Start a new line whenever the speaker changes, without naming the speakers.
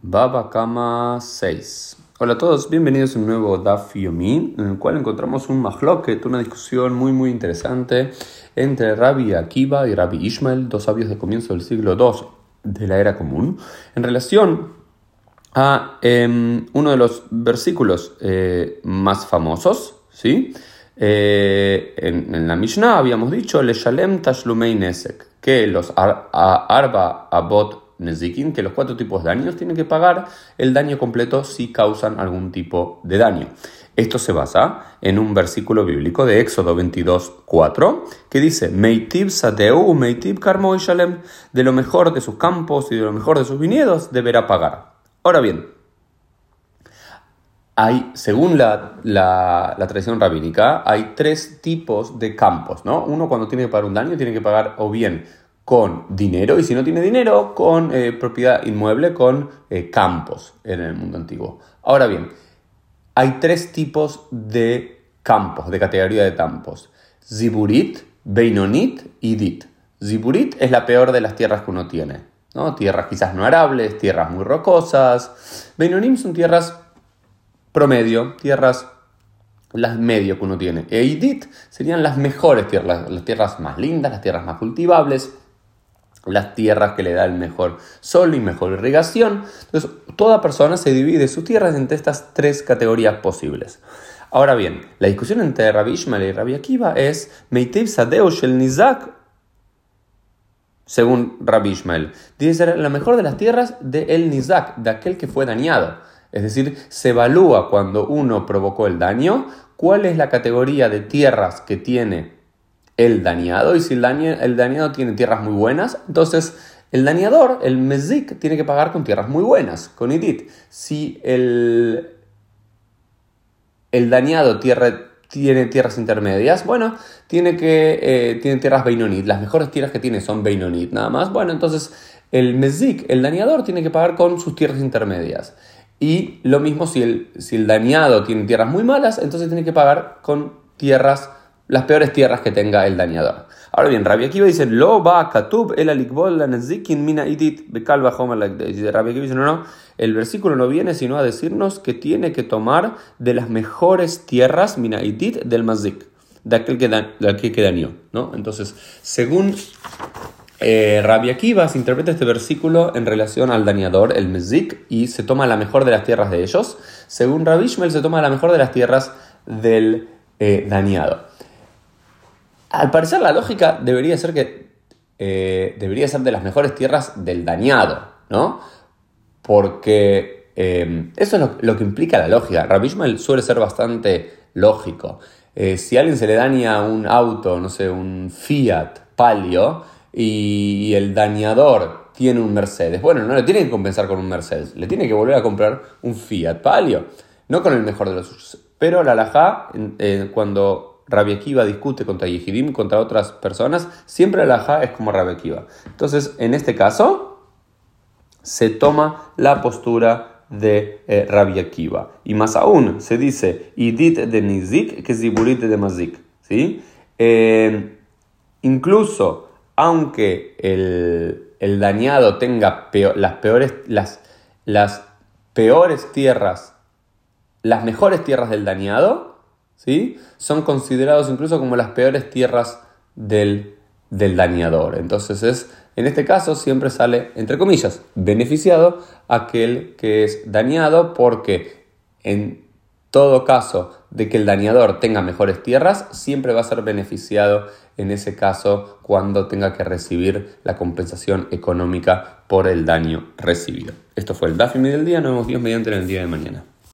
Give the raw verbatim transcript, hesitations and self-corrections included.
Baba Kama seis. Hola a todos, bienvenidos a un nuevo Daf Yomi, en el cual encontramos un mahloket, una discusión muy muy interesante entre Rabbi Akiva y Rabbi Ishmael, dos sabios de comienzo del siglo dos de la era común, en relación a eh, uno de los versículos eh, más famosos, ¿sí? Eh, en, en la Mishnah habíamos dicho Leshalem Tashlumei Nesek, que los ar, a, Arba Abot Nezikin, que los cuatro tipos de daños tienen que pagar el daño completo si causan algún tipo de daño. Esto se basa en un versículo bíblico de Éxodo veintidós cuatro que dice Meitib Sadeu Meitib Karmo Shalem, de lo mejor de sus campos y de lo mejor de sus viñedos deberá pagar. Ahora bien, hay, según la, la, la tradición rabínica, hay tres tipos de campos, ¿no? Uno, cuando tiene que pagar un daño, tiene que pagar o bien con dinero, y si no tiene dinero, con eh, propiedad inmueble, con eh, campos en el mundo antiguo. Ahora bien, hay tres tipos de campos, de categoría de campos: Ziburit, Beinonit y Dit. Ziburit es la peor de las tierras que uno tiene, ¿no? Tierras quizás no arables, tierras muy rocosas. Beinonim son tierras promedio, tierras las medio que uno tiene. E Idit serían las mejores tierras, las, las tierras más lindas, las tierras más cultivables, las tierras que le da el mejor sol y mejor irrigación. Entonces, toda persona se divide sus tierras entre estas tres categorías posibles. Ahora bien, la discusión entre Rabbi Ishmael y Rabbi Akiva es Meitib Sadeu Shel Nizak, según Rabbi Ishmael. Dice ser la mejor de las tierras de el Nizak, de aquel que fue dañado. Es decir, se evalúa cuando uno provocó el daño, cuál es la categoría de tierras que tiene el dañado, y si el, daño, el dañado tiene tierras muy buenas, entonces el dañador, el mezik, tiene que pagar con tierras muy buenas, con idit. Si el, el dañado tierra, tiene tierras intermedias, bueno, tiene, que, eh, tiene tierras beinonit, las mejores tierras que tiene son beinonit nada más, bueno, entonces el mezik, el dañador, tiene que pagar con sus tierras intermedias. Y lo mismo si el, si el dañado tiene tierras muy malas, entonces tiene que pagar con tierras, las peores tierras que tenga el dañador. Ahora bien, Rabbi Akiva dice, Lo ba katub el alikbol la nezikin mina idit bekal bajomer lakdei. Rabbi Akiva dice, no, no, el versículo no viene sino a decirnos que tiene que tomar de las mejores tierras mina idit del mazik, de aquel que, da, de aquel que dañó, ¿no? Entonces, según Eh, Rabbi Akiva se interpreta este versículo en relación al dañador, el mezik, y se toma la mejor de las tierras de ellos. Según Rabbi Ishmael se toma la mejor de las tierras del eh, dañado. Al parecer la lógica debería ser que eh, debería ser de las mejores tierras del dañado, ¿no? Porque eh, eso es lo, lo que implica la lógica. Rabbi Ishmael suele ser bastante lógico. Eh, si a alguien se le daña un auto, no sé, un Fiat Palio, y el dañador tiene un Mercedes, bueno, no le tiene que compensar con un Mercedes, le tiene que volver a comprar un Fiat Palio, no con el mejor de los suyos. Pero la halajá, eh, cuando Rabbi Akiva discute contra Yehidim, contra otras personas, siempre la halajá es como Rabbi Akiva. Entonces, en este caso, se toma la postura de eh, Rabbi Akiva. Y más aún, se dice, Idit de Nizik que Ziburit de Mazik, ¿sí? Eh, incluso aunque el, el dañado tenga peor, las, peores, las, las peores tierras, las mejores tierras del dañado, ¿sí? Son considerados incluso como las peores tierras del, del dañador. Entonces, es, en este caso siempre sale, entre comillas, beneficiado aquel que es dañado, porque en todo caso de que el dañador tenga mejores tierras, siempre va a ser beneficiado en ese caso cuando tenga que recibir la compensación económica por el daño recibido. Esto fue el Daf Yomi del día. Nos vemos Dios mediante en el día de mañana.